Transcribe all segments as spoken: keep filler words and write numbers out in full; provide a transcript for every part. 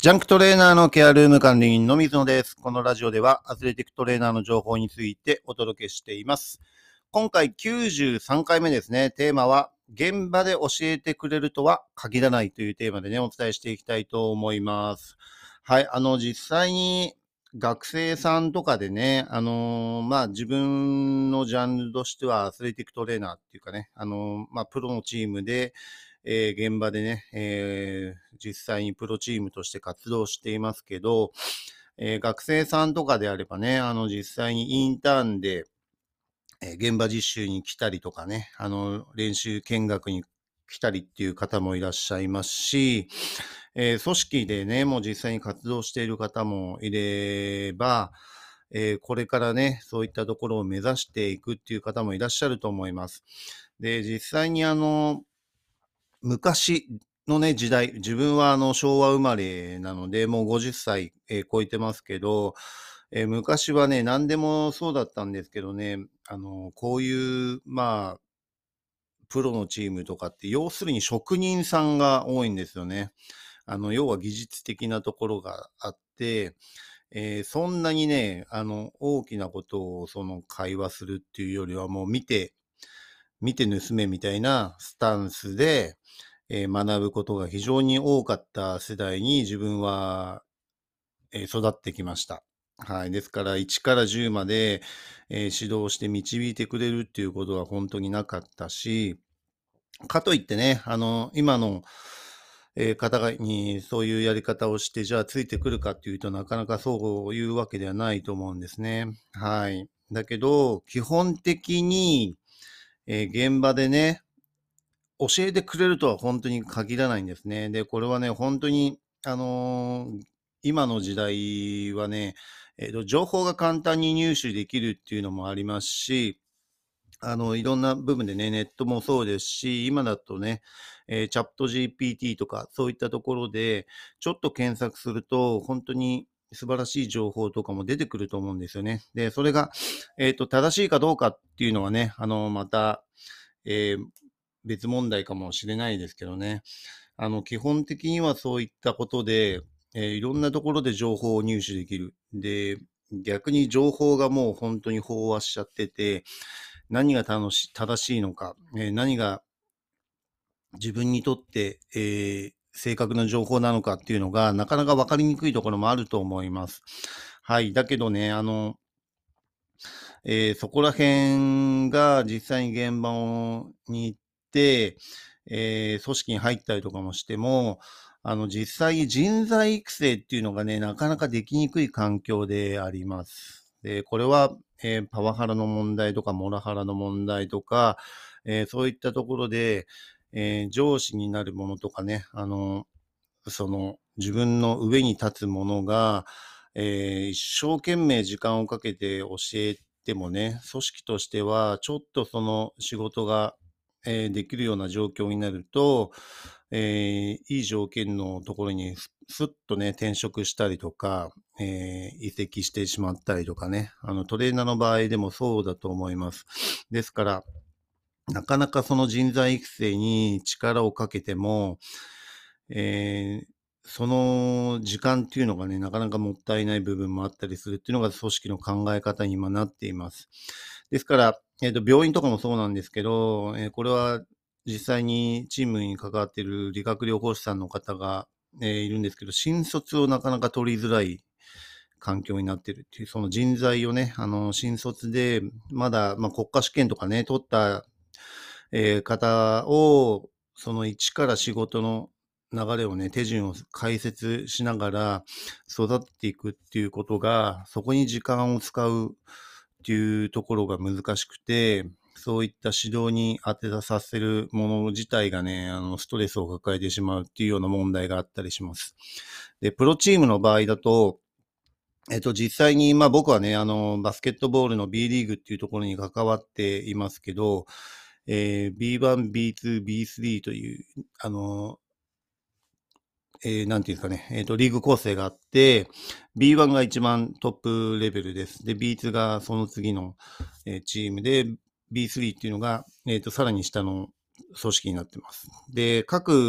ジャンクトレーナーのケアルーム管理人の水野です。このラジオではアスレティックトレーナーの情報についてお届けしています。今回きゅうじゅうさんかいめですね。テーマは現場で教えてくれるとは限らないというテーマでね、お伝えしていきたいと思います。はい、あの実際に学生さんとかでね、あのー、まあ自分のジャンルとしてはアスレティックトレーナーっていうかね、あのー、まあプロのチームでえー、現場でね、えー、実際にプロチームとして活動していますけど、えー、学生さんとかであればね、あの実際にインターンで、えー、現場実習に来たりとかね、あの練習見学に来たりっていう方もいらっしゃいますし、えー、組織でね、もう実際に活動している方もいれば、えー、これからね、そういったところを目指していくっていう方もいらっしゃると思います。で、実際にあの、昔のね、時代、自分はあの昭和生まれなので、もうごじゅっさい、えー超えてますけど、えー昔はね、何でもそうだったんですけどね、あの、こういう、まあ、プロのチームとかって、要するに職人さんが多いんですよね。あの、要は技術的なところがあって、えーそんなにね、あの、大きなことをその会話するっていうよりは、もう見て、見て盗めみたいなスタンスで、えー学ぶことが非常に多かった世代に自分は、えー育ってきました。はい。ですから、いちからじゅうまで、えー指導して導いてくれるっていうことは本当になかったし、かといってね、あの、今の、えー方がにそういうやり方をして、じゃあついてくるかっていうとなかなかそういうわけではないと思うんですね。はい。だけど、基本的に、えー現場でね、教えてくれるとは本当に限らないんですね。で、これはね、本当に、あのー今の時代はね、えっと、情報が簡単に入手できるっていうのもありますし、あの、いろんな部分でね、ネットもそうですし、今だとね、えーチャット ジーピーティー とか、そういったところで、ちょっと検索すると、本当に素晴らしい情報とかも出てくると思うんですよね。で、それが、えっと、正しいかどうかっていうのはね、あの、また、えー別問題かもしれないですけどね。あの、基本的にはそういったことで、えーいろんなところで情報を入手できる。で、逆に情報がもう本当に飽和しちゃってて、何が楽し正しいのか、えー何が自分にとって、えー正確な情報なのかっていうのが、なかなか分かりにくいところもあると思います。はい。だけどね、あの、えーそこら辺が実際に現場をに行って、えー組織に入ったりとかもしても、あの、実際に人材育成っていうのがね、なかなかできにくい環境であります。で、これは、えーパワハラの問題とか、モラハラの問題とか、えーそういったところで、えー上司になるものとかね、あの、その自分の上に立つものが、えー一生懸命時間をかけて教えてもね、組織としてはちょっとその仕事が、えーできるような状況になると、えーいい条件のところにすすっとね、転職したりとか、えー移籍してしまったりとかね、あのトレーナーの場合でもそうだと思います。ですから、なかなかその人材育成に力をかけても、えーその時間っていうのがね、なかなかもったいない部分もあったりするっていうのが組織の考え方に今なっています。ですから、えっと、病院とかもそうなんですけど、えーこれは実際にチームに関わっている理学療法士さんの方が、えーいるんですけど、新卒をなかなか取りづらい環境になっているっていう、その人材をね、あの、新卒で、まだ、まあ、国家試験とかね、取ったえー方を、その一から仕事の流れをね、手順を解説しながら育っていくっていうことが、そこに時間を使うっていうところが難しくて、そういった指導に当てさせるもの自体がね、あの、ストレスを抱えてしまうっていうような問題があったりします。で、プロチームの場合だと、えっと、実際に、まあ僕はね、あの、バスケットボールの B リーグっていうところに関わっていますけど、えー ビーワン、ビーツー、ビースリー という、あの、えーなんていうんですかね、えっと、リーグ構成があって、ビーワン が一番トップレベルです。で、ビーツー がその次の、えーチームで、ビースリー っていうのが、えっと、さらに下の組織になってます。で、各、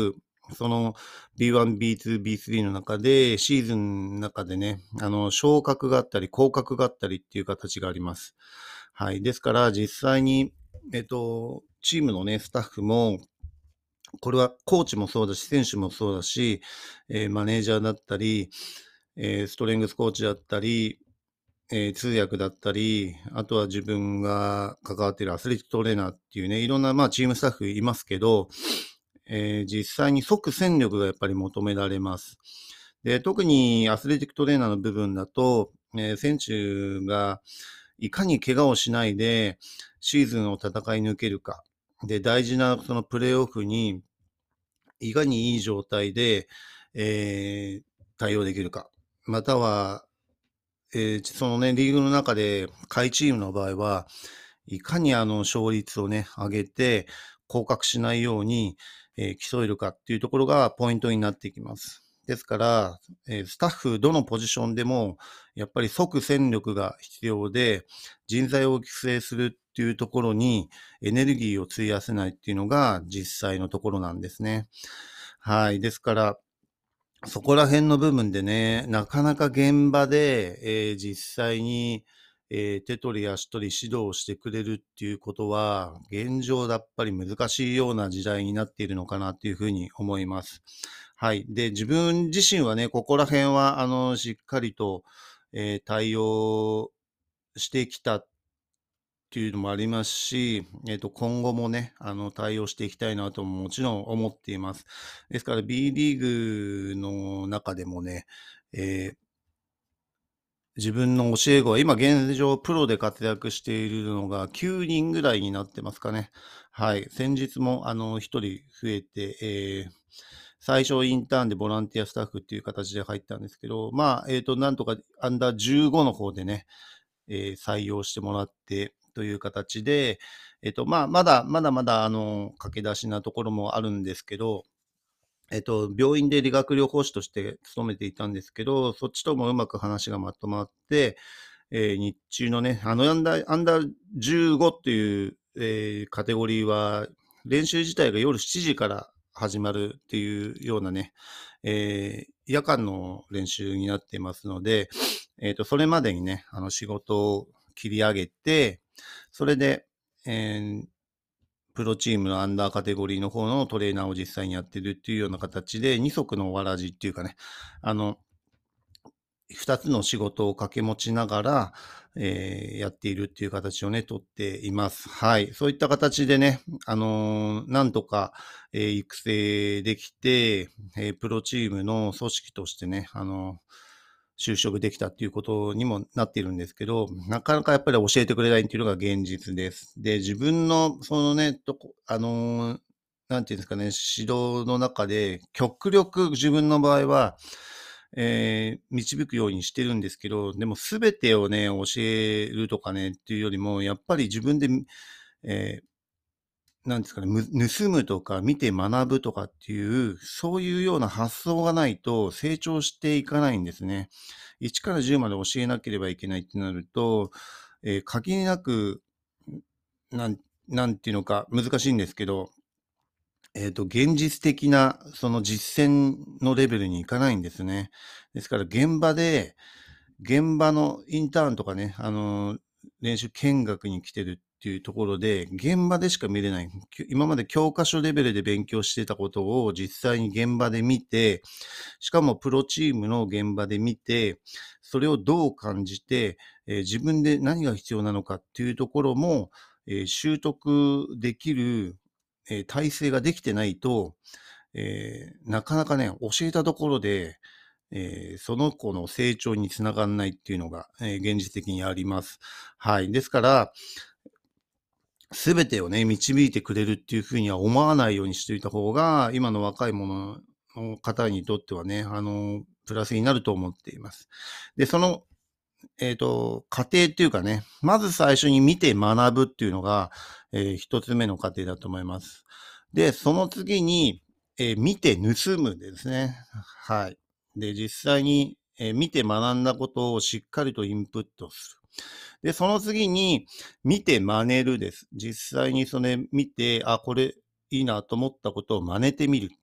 その ビーワン、ビーツー、ビースリー の中で、シーズンの中でね、あの、昇格があったり、降格があったりっていう形があります。はい。ですから、実際に、えっと、チームのね、スタッフも、これはコーチもそうだし、選手もそうだし、えーマネージャーだったり、えーストレングスコーチだったり、えー通訳だったり、あとは自分が関わっているアスレティックトレーナーっていうね、いろんなまあチームスタッフいますけど、えー実際に即戦力がやっぱり求められます。で、特にアスレティックトレーナーの部分だと、えー選手がいかに怪我をしないでシーズンを戦い抜けるか。で、大事なそのプレーオフにいかにいい状態で、えー対応できるか。または、えーそのね、リーグの中で下位チームの場合は、いかにあの勝率をね、上げて、降格しないように、えー競えるかっていうところがポイントになってきます。ですから、えースタッフどのポジションでも、やっぱり即戦力が必要で、人材を育成するっていうところにエネルギーを費やせないっていうのが実際のところなんですね。はい。ですから、そこら辺の部分でね、なかなか現場で、えー実際に、えー手取り足取り指導をしてくれるっていうことは、現状やっぱり難しいような時代になっているのかなっていうふうに思います。はい。で、自分自身はね、ここら辺は、あの、しっかりと、えー対応してきたっていうのもありますし、えっと、今後もね、あの、対応していきたいなとももちろん思っています。ですから B リーグの中でもね、えー自分の教え子は今現状プロで活躍しているのがきゅうにんぐらいになってますかね。はい。先日もあのひとり増えて、えー最初インターンでボランティアスタッフっていう形で入ったんですけど、まあ、えっ、と、なんとかアンダーじゅうごの方でね、えー採用してもらってという形で、えっ、と、まあ、まだ、まだまだ、あの、駆け出しなところもあるんですけど、えっと、病院で理学療法士として勤めていたんですけど、そっちともうまく話がまとまって、えー日中のね、あのアンダー、アンダーじゅうごっていう、えーカテゴリーは、練習自体が夜しちじから始まるっていうようなね、えー夜間の練習になっていますので、えっと、それまでにね、あの仕事を切り上げて、それで、えープロチームのアンダーカテゴリーの方のトレーナーを実際にやってるっていうような形で、二足のわらじっていうかね、あの、二つの仕事を掛け持ちながら、えーやっているっていう形をね、とっています。はい。そういった形でね、あのーなんとか、えー育成できて、えープロチームの組織としてね、あのー就職できたっていうことにもなっているんですけど、なかなかやっぱり教えてくれないっていうのが現実です。で、自分の、そのね、とこ、あのーなんていうんですかね、指導の中で、極力自分の場合は、えー導くようにしてるんですけど、でも全てをね、教えるとかね、っていうよりも、やっぱり自分で、えーなんですかね、む盗むとか見て学ぶとかっていう、そういうような発想がないと成長していかないんですね。いちからじゅうまで教えなければいけないってなると、えー限りなく、なん、なんていうのか難しいんですけど、えっと、現実的な、その実践のレベルにいかないんですね。ですから、現場で、現場のインターンとかね、あの、練習見学に来てるっていうところで、現場でしか見れない。き今まで教科書レベルで勉強してたことを実際に現場で見て、しかもプロチームの現場で見て、それをどう感じて、えー自分で何が必要なのかっていうところも、えー習得できる、えー体制ができてないと、えーなかなかね、教えたところで、えーその子の成長につながらないっていうのが、えー現実的にあります。はい。ですから、すべてをね、導いてくれるっていうふうには思わないようにしておいた方が、今の若い者の方にとってはね、あの、プラスになると思っています。で、その、えっと、過程っていうかね、まず最初に見て学ぶっていうのが、えー一つ目の過程だと思います。で、その次に、えー見て盗むですね。はい。で、実際に、えー見て学んだことをしっかりとインプットする。で、その次に、見て真似るです。実際にそれ見て、あ、これいいなと思ったことを真似てみるっていう。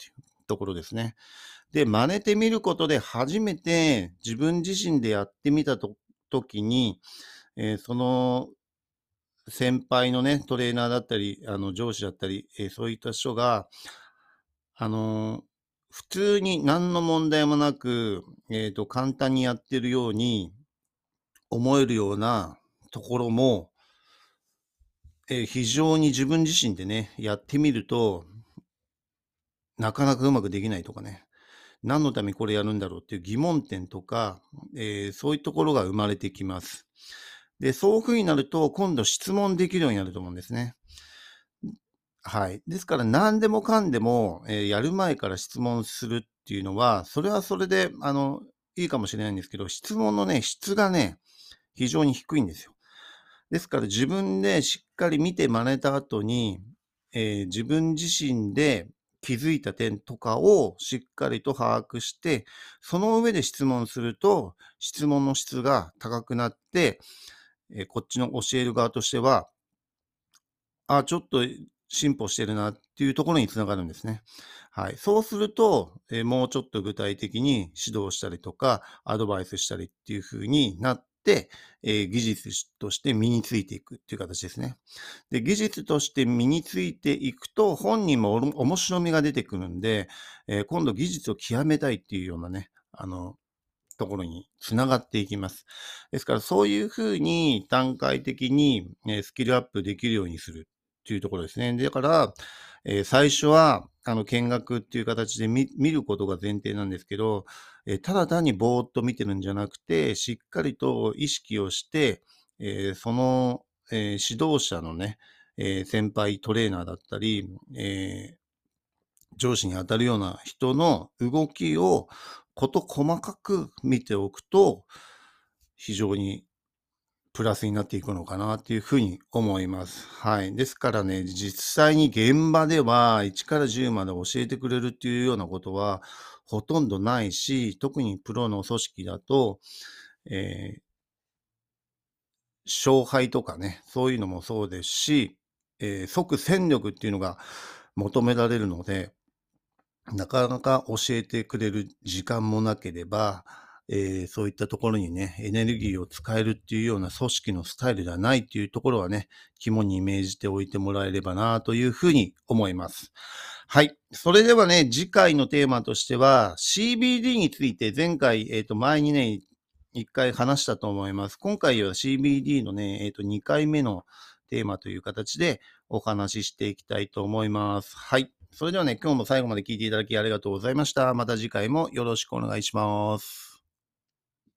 ところですね。で、真似てみることで初めて自分自身でやってみたと時に、えーその先輩のね、トレーナーだったり、あの上司だったり、えーそういった人が、あのー普通に何の問題もなく、えっと、簡単にやってるように思えるようなところも、えー非常に自分自身でね、やってみると、なかなかうまくできないとかね、何のためにこれやるんだろうっていう疑問点とか、えーそういうところが生まれてきます。で、そういうふうになると、今度質問できるようになると思うんですね。はい。ですから何でもかんでも、えーやる前から質問するっていうのは、それはそれで、あの、いいかもしれないんですけど、質問のね、質がね、非常に低いんですよ。ですから自分でしっかり見て真似た後に、えー自分自身で気づいた点とかをしっかりと把握して、その上で質問すると、質問の質が高くなって、えーこっちの教える側としては、あ、ちょっと進歩してるなっていうところに繋がるんですね。はい。そうすると、え、もうちょっと具体的に指導したりとか、アドバイスしたりっていう風になって、えー技術として身についていくっていう形ですね。で、技術として身についていくと、本人もおも面白みが出てくるんで、えー今度技術を極めたいっていうようなね、あの、ところに繋がっていきます。ですからそういうふうに段階的に、え、スキルアップできるようにするっていうところですね。だから、えー最初は、あの、見学っていう形で見見ることが前提なんですけど、え、ただ単にぼーっと見てるんじゃなくて、しっかりと意識をして、えーその、えー指導者のね、えー先輩トレーナーだったり、えー上司に当たるような人の動きを事細かく見ておくと、非常にプラスになっていくのかなっていうふうに思います。はい。ですからね、実際に現場ではいちからじゅうまで教えてくれるっていうようなことはほとんどないし、特にプロの組織だと、えー勝敗とかね、そういうのもそうですし、えー即戦力っていうのが求められるので、なかなか教えてくれる時間もなければ、えーそういったところにね、エネルギーを使えるっていうような組織のスタイルではないっていうところはね、肝に銘じておいてもらえればなというふうに思います。はい。それではね、次回のテーマとしては、シービーディー について前回、えっ、と、前にね、一回話したと思います。今回は シービーディー のね、えっ、と、にかいめのテーマという形でお話ししていきたいと思います。はい。それではね、今日も最後まで聞いていただきありがとうございました。また次回もよろしくお願いします。